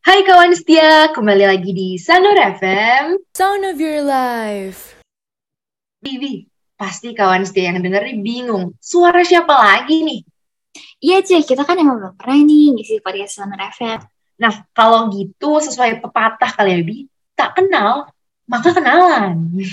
Hai kawan setia, kembali lagi di Sanur FM. Sound of your life. Bibi, pasti kawan setia yang denger nih bingung. Suara siapa lagi nih? Iya Cek, kita kan emang belum pernah nih ngisi podcast Summer FM. Nah, kalau gitu sesuai pepatah kali ya, Bi. Tak kenal, maka kenalan.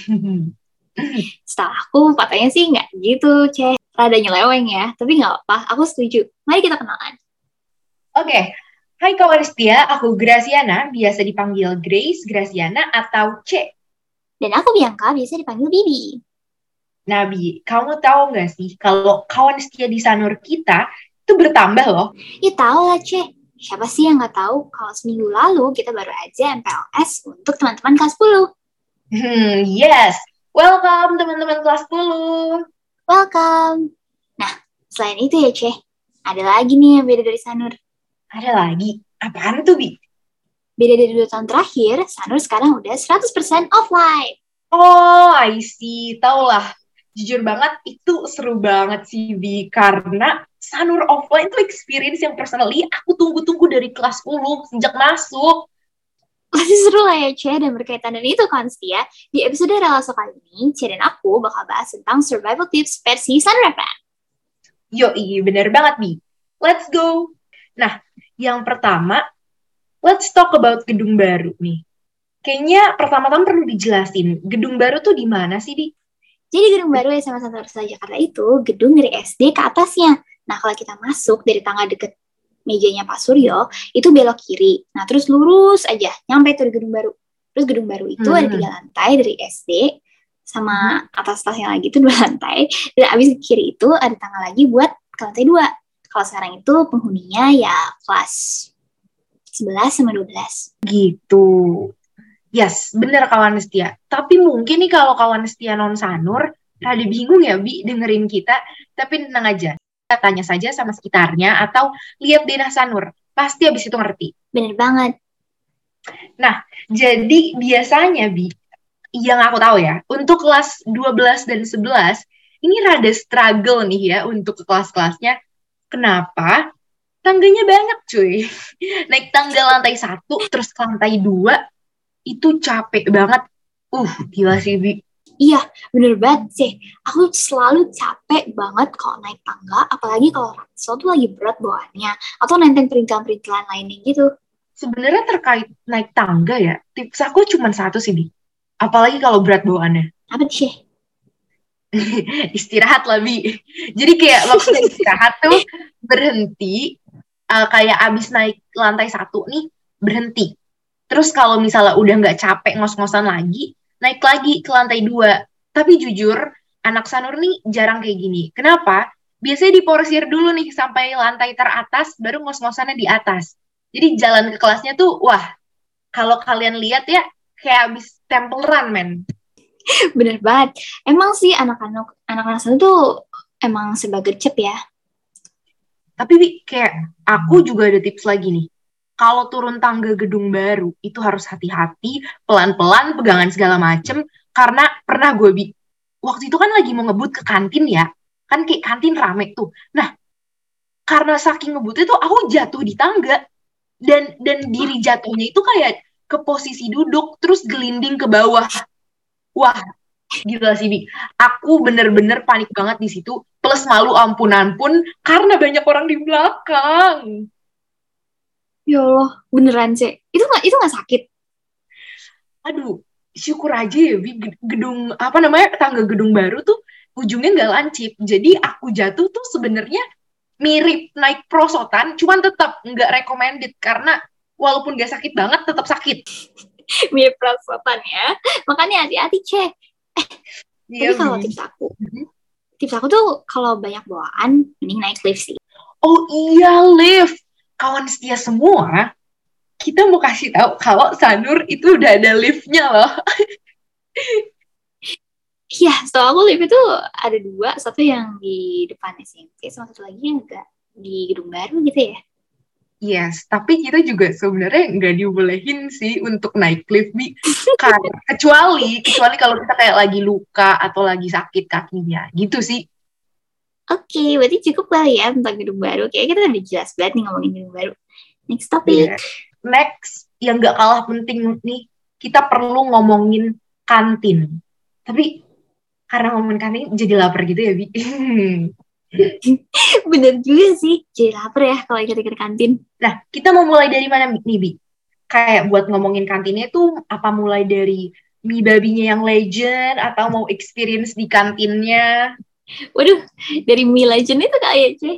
Setelah aku patahnya sih nggak gitu Cek. Rada nyeleweng ya, tapi nggak apa-apa, aku setuju. Mari kita kenalan. Oke, hai kawan setia, aku Graciana, biasa dipanggil Grace, Graciana, atau C. Dan aku Bianca, biasa dipanggil Bibi. Nabi, kamu tahu nggak sih kalau kawan setia di Sanur kita itu bertambah loh. Ya tahu lah Cek, siapa sih yang nggak tahu kalau seminggu lalu kita baru aja MPLS untuk teman-teman kelas 10. Yes. Welcome teman-teman kelas 10. Welcome. Nah, selain itu ya Cek, ada lagi nih yang beda dari Sanur. Ada lagi? Apaan tuh, Bi? Beda dari 2 tahun terakhir, Sanur sekarang udah 100% offline. Oh, I see. Tau lah. Jujur banget, itu seru banget sih, Bi. Karena Sanur offline tuh experience yang personally aku tunggu-tunggu dari kelas 10 sejak masuk. Masih seru lah ya, Cie, dan berkaitan dengan itu kan, Setia. Di episode Relaso kali ini, Cie dan aku bakal bahas tentang survival tips versi Sunrefan. Yoi, bener banget, Bi. Let's go. Nah, yang pertama, let's talk about gedung baru nih. Kayaknya pertama-tama perlu dijelasin, gedung baru tuh di mana sih, Di? Jadi gedung baru SMA 1 Jakarta itu gedung dari SD ke atasnya. Nah, kalau kita masuk dari tangga deket mejanya Pak Suryo, itu belok kiri. Nah, terus lurus aja, nyampe tuh di gedung baru. Terus gedung baru itu ada 3 lantai dari SD, sama atas-atasnya lagi itu 2 lantai. Dan abis ke kiri itu ada tangga lagi buat ke lantai 2. Kalau sekarang itu penghuninya ya kelas 11 sama 12. Gitu. Yes, bener kawan setia. Tapi mungkin nih kalau kawan setia non Sanur, rada bingung ya, Bi, dengerin kita. Tapi tenang aja. Kita tanya saja sama sekitarnya atau lihat Denah Sanur. Pasti habis itu ngerti. Bener banget. Nah, jadi biasanya, Bi, yang aku tahu ya, untuk kelas 12 dan 11, ini rada struggle nih ya untuk ke kelas-kelasnya. Kenapa? Tangganya banyak, cuy. Naik tangga lantai 1, terus ke lantai 2, itu capek banget. Gila sih, Bi. Iya, bener banget sih. Aku selalu capek banget kalau naik tangga, apalagi kalau ransel tuh lagi berat bawaannya, atau nenteng perintilan-perintilan lainnya gitu. Sebenarnya terkait naik tangga ya, tips aku cuma satu sih, Bi. Apalagi kalau berat bawaannya. Apa sih? Istirahat lah, Bi. Jadi kayak waktu istirahat tuh berhenti, kayak abis naik lantai 1 nih, berhenti. Terus kalau misalnya udah nggak capek ngos-ngosan lagi, naik lagi ke lantai 2. Tapi jujur, anak Sanur nih jarang kayak gini. Kenapa? Biasanya diporsir dulu nih sampai lantai teratas, baru ngos-ngosannya di atas. Jadi jalan ke kelasnya tuh, wah, kalau kalian lihat ya, kayak abis temple run, men. Bener banget. Emang sih anak-anak sana tuh emang serba gercep ya. Tapi Wi, kayak aku juga ada tips lagi nih. Kalau turun tangga gedung baru, itu harus hati-hati, pelan-pelan, pegangan segala macem. Karena pernah gue, Bi, waktu itu kan lagi mau ngebut ke kantin ya. Kan kayak kantin rame tuh. Nah, karena saking ngebutnya tuh aku jatuh di tangga. Dan diri jatuhnya itu kayak ke posisi duduk, terus gelinding ke bawah. Wah, gila sih, Bi. Aku bener-bener panik banget di situ. Plus malu ampunan pun karena banyak orang di belakang. Ya Allah, beneran sih. Itu nggak sakit. Aduh, syukur aja ya, Bi. Gedung, apa namanya, tangga gedung baru tuh ujungnya nggak lancip. Jadi aku jatuh tuh sebenarnya mirip naik prosotan, cuman tetap nggak recommended karena walaupun nggak sakit banget, tetap sakit. Mirip prosotan ya. Makanya hati-hati, Cek. Iya, Tapi kalau Bi. tips aku tuh kalau banyak bawaan, mending naik lift sih. Oh iya, Liv. Kawan setia semua, kita mau kasih tahu kalau Sanur itu udah ada liftnya loh. Iya, setahu aku lift itu ada 2, satu yang di depan SMP, sama satu lagi yang enggak di gedung baru gitu ya. Yes, tapi kita juga sebenarnya nggak dibolehin sih untuk naik lift, Bi. Karena kecuali kalau kita kayak lagi luka atau lagi sakit kakinya, gitu sih. Oke, berarti cukup kali ya tentang gedung baru. Kayaknya kita udah jelas banget nih ngomongin gedung baru. Next topic. Yeah. next, yang gak kalah penting nih, kita perlu ngomongin kantin. Tapi karena ngomongin kantin jadi lapar gitu ya, Bi. Bener juga sih, jadi lapar ya kalau kita ke kantin. Nah, kita mau mulai dari mana nih, Bi? Kayak buat ngomongin kantinnya tuh, apa mulai dari mie babinya yang legend, atau mau experience di kantinnya? Waduh, dari mie legend itu kayak cuy.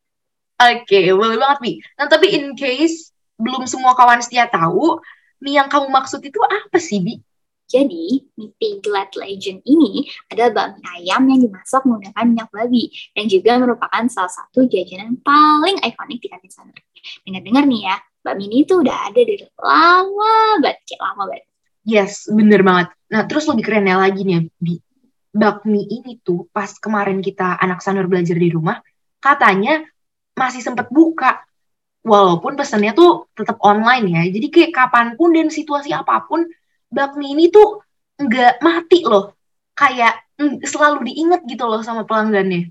Oke, boleh banget, Bi. Nah, tapi in case belum semua kawan setia tahu, mie yang kamu maksud itu apa sih, Bi? Jadi, mie Piglet Legend ini adalah bakmi ayam yang dimasak menggunakan minyak babi dan juga merupakan salah satu jajanan paling ikonik di kantin sana. Dengar-dengar nih ya, bakmi ini tuh udah ada dari lama banget, kayak lama banget. Yes, bener banget. Nah, terus lebih kerennya lagi nih, Bi. Bakmi ini tuh pas kemarin kita anak sanur belajar di rumah, katanya masih sempet buka. Walaupun pesannya tuh tetap online ya. Jadi kayak kapanpun dan situasi apapun, bakmi ini tuh nggak mati loh. Kayak selalu diingat gitu loh sama pelanggannya.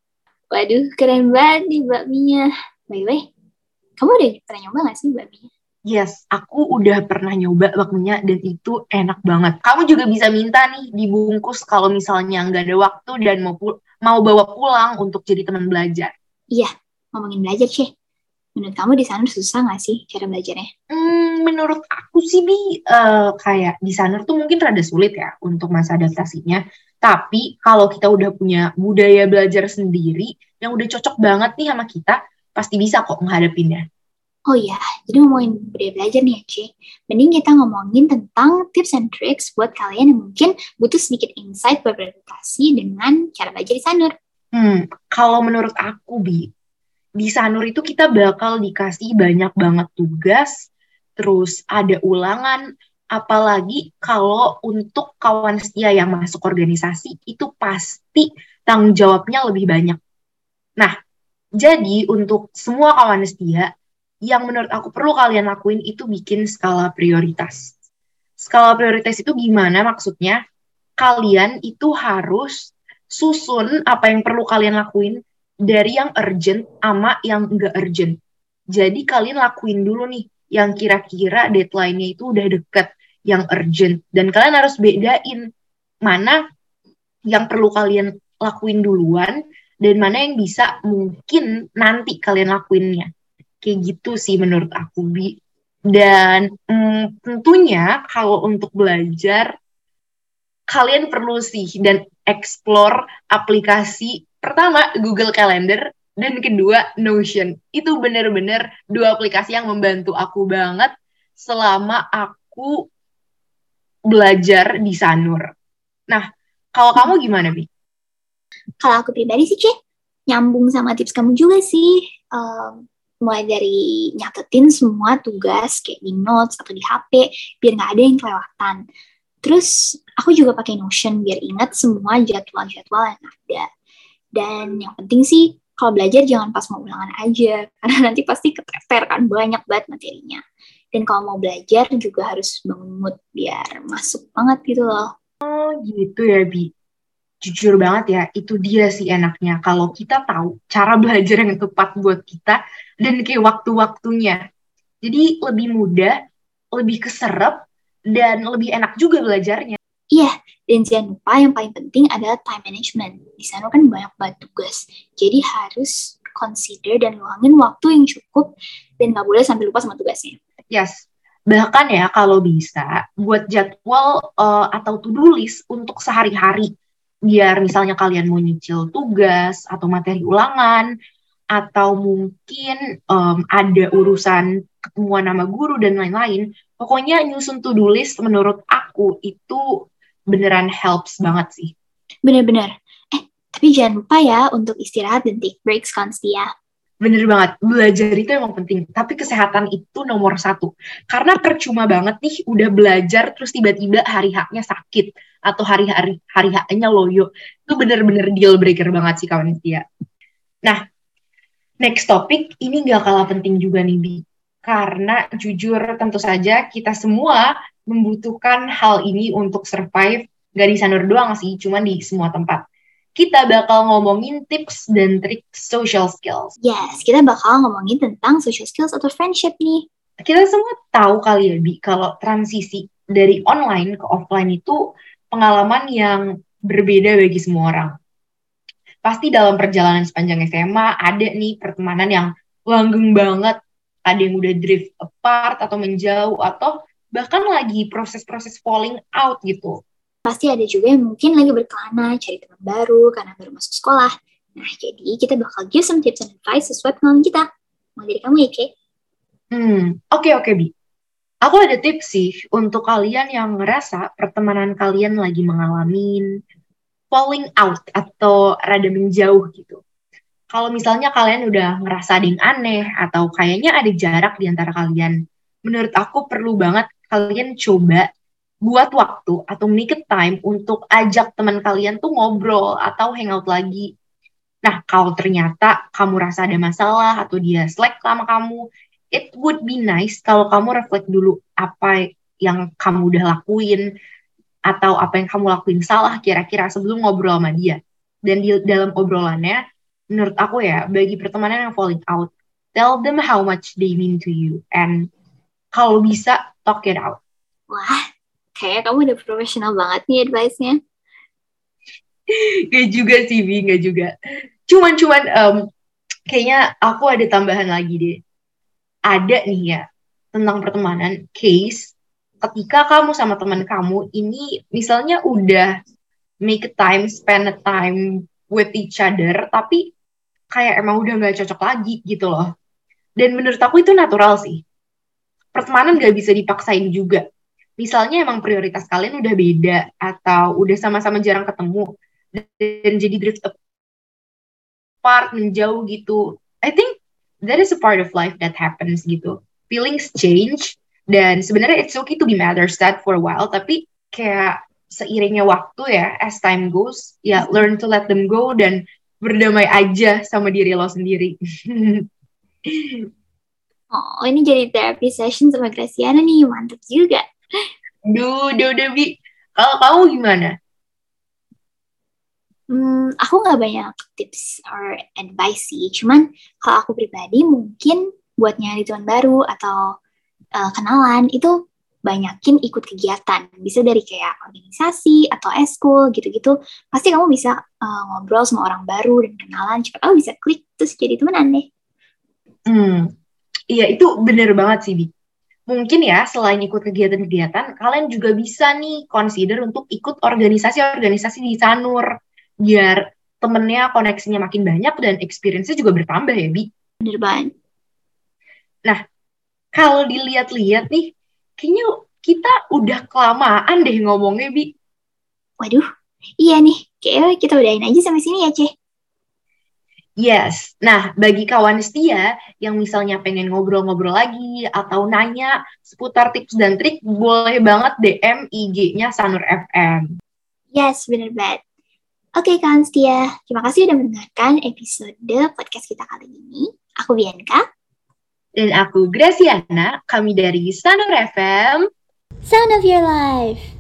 Waduh, keren banget nih bakminya. By the way, kamu udah pernah nyoba gak sih bakminya? Yes, aku udah pernah nyoba bakminya dan itu enak banget. Kamu juga bisa minta nih dibungkus kalau misalnya nggak ada waktu dan mau bawa pulang untuk jadi teman belajar. Iya, ngomongin belajar, Ceh. Menurut kamu di sana susah gak sih cara belajarnya? Menurut aku sih, Bi, kayak di sana tuh mungkin rada sulit ya untuk masa adaptasinya. Tapi kalau kita udah punya budaya belajar sendiri yang udah cocok banget nih sama kita, pasti bisa kok menghadapinnya. Oh iya, jadi ngomongin budaya belajar nih ya, Ci. Mending kita ngomongin tentang tips and tricks buat kalian yang mungkin butuh sedikit insight beradaptasi dengan cara belajar di Sanur. Kalau menurut aku, Bi, di Sanur itu kita bakal dikasih banyak banget tugas, terus ada ulangan, apalagi kalau untuk kawan setia yang masuk organisasi, itu pasti tanggung jawabnya lebih banyak. Nah, jadi untuk semua kawan setia, yang menurut aku perlu kalian lakuin itu bikin skala prioritas. Skala prioritas itu gimana maksudnya? Kalian itu harus susun apa yang perlu kalian lakuin dari yang urgent sama yang enggak urgent. Jadi kalian lakuin dulu nih yang kira-kira deadline-nya itu udah deket, yang urgent. Dan kalian harus bedain mana yang perlu kalian lakuin duluan dan mana yang bisa mungkin nanti kalian lakuinnya. Kayak gitu sih menurut aku, Bi. Dan tentunya kalau untuk belajar, kalian perlu sih dan explore aplikasi. Pertama, Google Calendar. Dan kedua, Notion. Itu bener-bener dua aplikasi yang membantu aku banget selama aku belajar di Sanur. Nah, kalau kamu gimana, Bi? Kalau aku pribadi sih, Ci, nyambung sama tips kamu juga sih. Mulai dari nyatetin semua tugas kayak di notes atau di HP, biar nggak ada yang kelewatan. Terus aku juga pakai Notion biar ingat semua jadwal-jadwal yang ada. Dan yang penting sih, kalau belajar jangan pas mau ulangan aja, karena nanti pasti keteter kan, banyak banget materinya. Dan kalau mau belajar juga harus bangun mood biar masuk banget gitu loh. Oh gitu ya, Bi. Jujur banget ya, itu dia sih enaknya. Kalau kita tahu cara belajar yang tepat buat kita dan kayak waktu-waktunya. Jadi lebih mudah, lebih keserap, dan lebih enak juga belajarnya. Iya, dan jangan lupa yang paling penting adalah time management. Di sana kan banyak banget tugas. Jadi harus consider dan luangin waktu yang cukup dan nggak boleh sampai lupa sama tugasnya. Yes, bahkan ya kalau bisa buat jadwal atau to-do list untuk sehari-hari. Biar misalnya kalian mau nyicil tugas atau materi ulangan, atau mungkin ada urusan ketemuan sama guru dan lain-lain. Pokoknya nyusun to-do list menurut aku itu beneran helps banget sih. Bener-bener. Tapi jangan lupa ya untuk istirahat dan take breaks Konstia. Bener banget, belajar itu emang penting. Tapi kesehatan itu nomor satu. Karena percuma banget nih udah belajar terus tiba-tiba hari haknya sakit. Atau hari haknya loyo. Itu bener-bener deal breaker banget sih kawan setia. Nah, next topic ini gak kalah penting juga nih, Bi. Karena jujur tentu saja kita semua membutuhkan hal ini untuk survive. Gak di Sanur doang sih, cuman di semua tempat. Kita bakal ngomongin tips dan trik social skills. Yes, kita bakal ngomongin tentang social skills atau friendship nih. Kita semua tahu kali ya, Bi, kalau transisi dari online ke offline itu pengalaman yang berbeda bagi semua orang. Pasti dalam perjalanan sepanjang SMA ada nih pertemanan yang langgeng banget, ada yang udah drift apart atau menjauh, atau bahkan lagi proses-proses falling out gitu. Pasti ada juga yang mungkin lagi berkelana, cari teman baru karena baru masuk sekolah. Nah, jadi kita bakal give some tips and advice sesuai pengalaman kita. Mau dari kamu ya, Ke? Oke, Bi. Aku ada tips sih untuk kalian yang ngerasa pertemanan kalian lagi mengalami falling out atau rada menjauh gitu. Kalau misalnya kalian udah ngerasa ada yang aneh atau kayaknya ada jarak di antara kalian, menurut aku perlu banget kalian coba buat waktu atau make a time untuk ajak teman kalian tuh ngobrol atau hangout lagi. Nah, kalau ternyata kamu rasa ada masalah atau dia slack sama kamu, it would be nice kalau kamu reflect dulu apa yang kamu udah lakuin atau apa yang kamu lakuin salah kira-kira sebelum ngobrol sama dia. Dan di dalam obrolannya, menurut aku ya, bagi pertemanan yang falling out, tell them how much they mean to you. And kalau bisa, talk it out. Wah, kayak kamu udah profesional banget nih advice-nya. Gak juga sih, Bi, gak juga. Cuman, kayaknya aku ada tambahan lagi deh. Ada nih ya, tentang pertemanan, case ketika kamu sama teman kamu ini misalnya udah make a time, spend a time with each other, tapi kayak emang udah gak cocok lagi gitu loh. Dan menurut aku itu natural sih. Pertemanan gak bisa dipaksain juga. Misalnya emang prioritas kalian udah beda, atau udah sama-sama jarang ketemu, dan jadi drift apart, menjauh gitu. I think that is a part of life that happens gitu. Feelings change, dan sebenarnya it's okay to be mad or sad for a while, tapi kayak seiringnya waktu ya, as time goes, ya learn to let them go dan berdamai aja sama diri lo sendiri. Oh, ini jadi therapy session sama Graciana nih, mantap juga. Udah, Bi. Kalau kamu gimana? Aku nggak banyak tips or advice sih, cuman kalau aku pribadi mungkin buat nyari teman baru atau kenalan itu banyakin ikut kegiatan, bisa dari kayak organisasi atau eskul gitu-gitu. Pasti kamu bisa ngobrol sama orang baru dan kenalan, cepat tahu bisa klik terus jadi temenan deh. Iya, itu bener banget sih, Bi. Mungkin ya, selain ikut kegiatan-kegiatan, kalian juga bisa nih consider untuk ikut organisasi-organisasi di Sanur. Biar temennya, koneksinya makin banyak dan experience-nya juga bertambah ya, Bi. Bener banget. Nah, kalau dilihat-lihat nih, kayaknya kita udah kelamaan deh ngomongnya, Bi. Waduh, iya nih, kayaknya kita udahin aja sampai sini ya, Ceh. Yes. Nah, bagi kawan setia yang misalnya pengen ngobrol-ngobrol lagi atau nanya seputar tips dan trik, boleh banget DM IG-nya Sanur FM. Yes, bener banget. Oke, kawan setia. Terima kasih sudah mendengarkan episode podcast kita kali ini. Aku Bianca. Dan aku Graciana, kami dari Sanur FM. Sound of your life.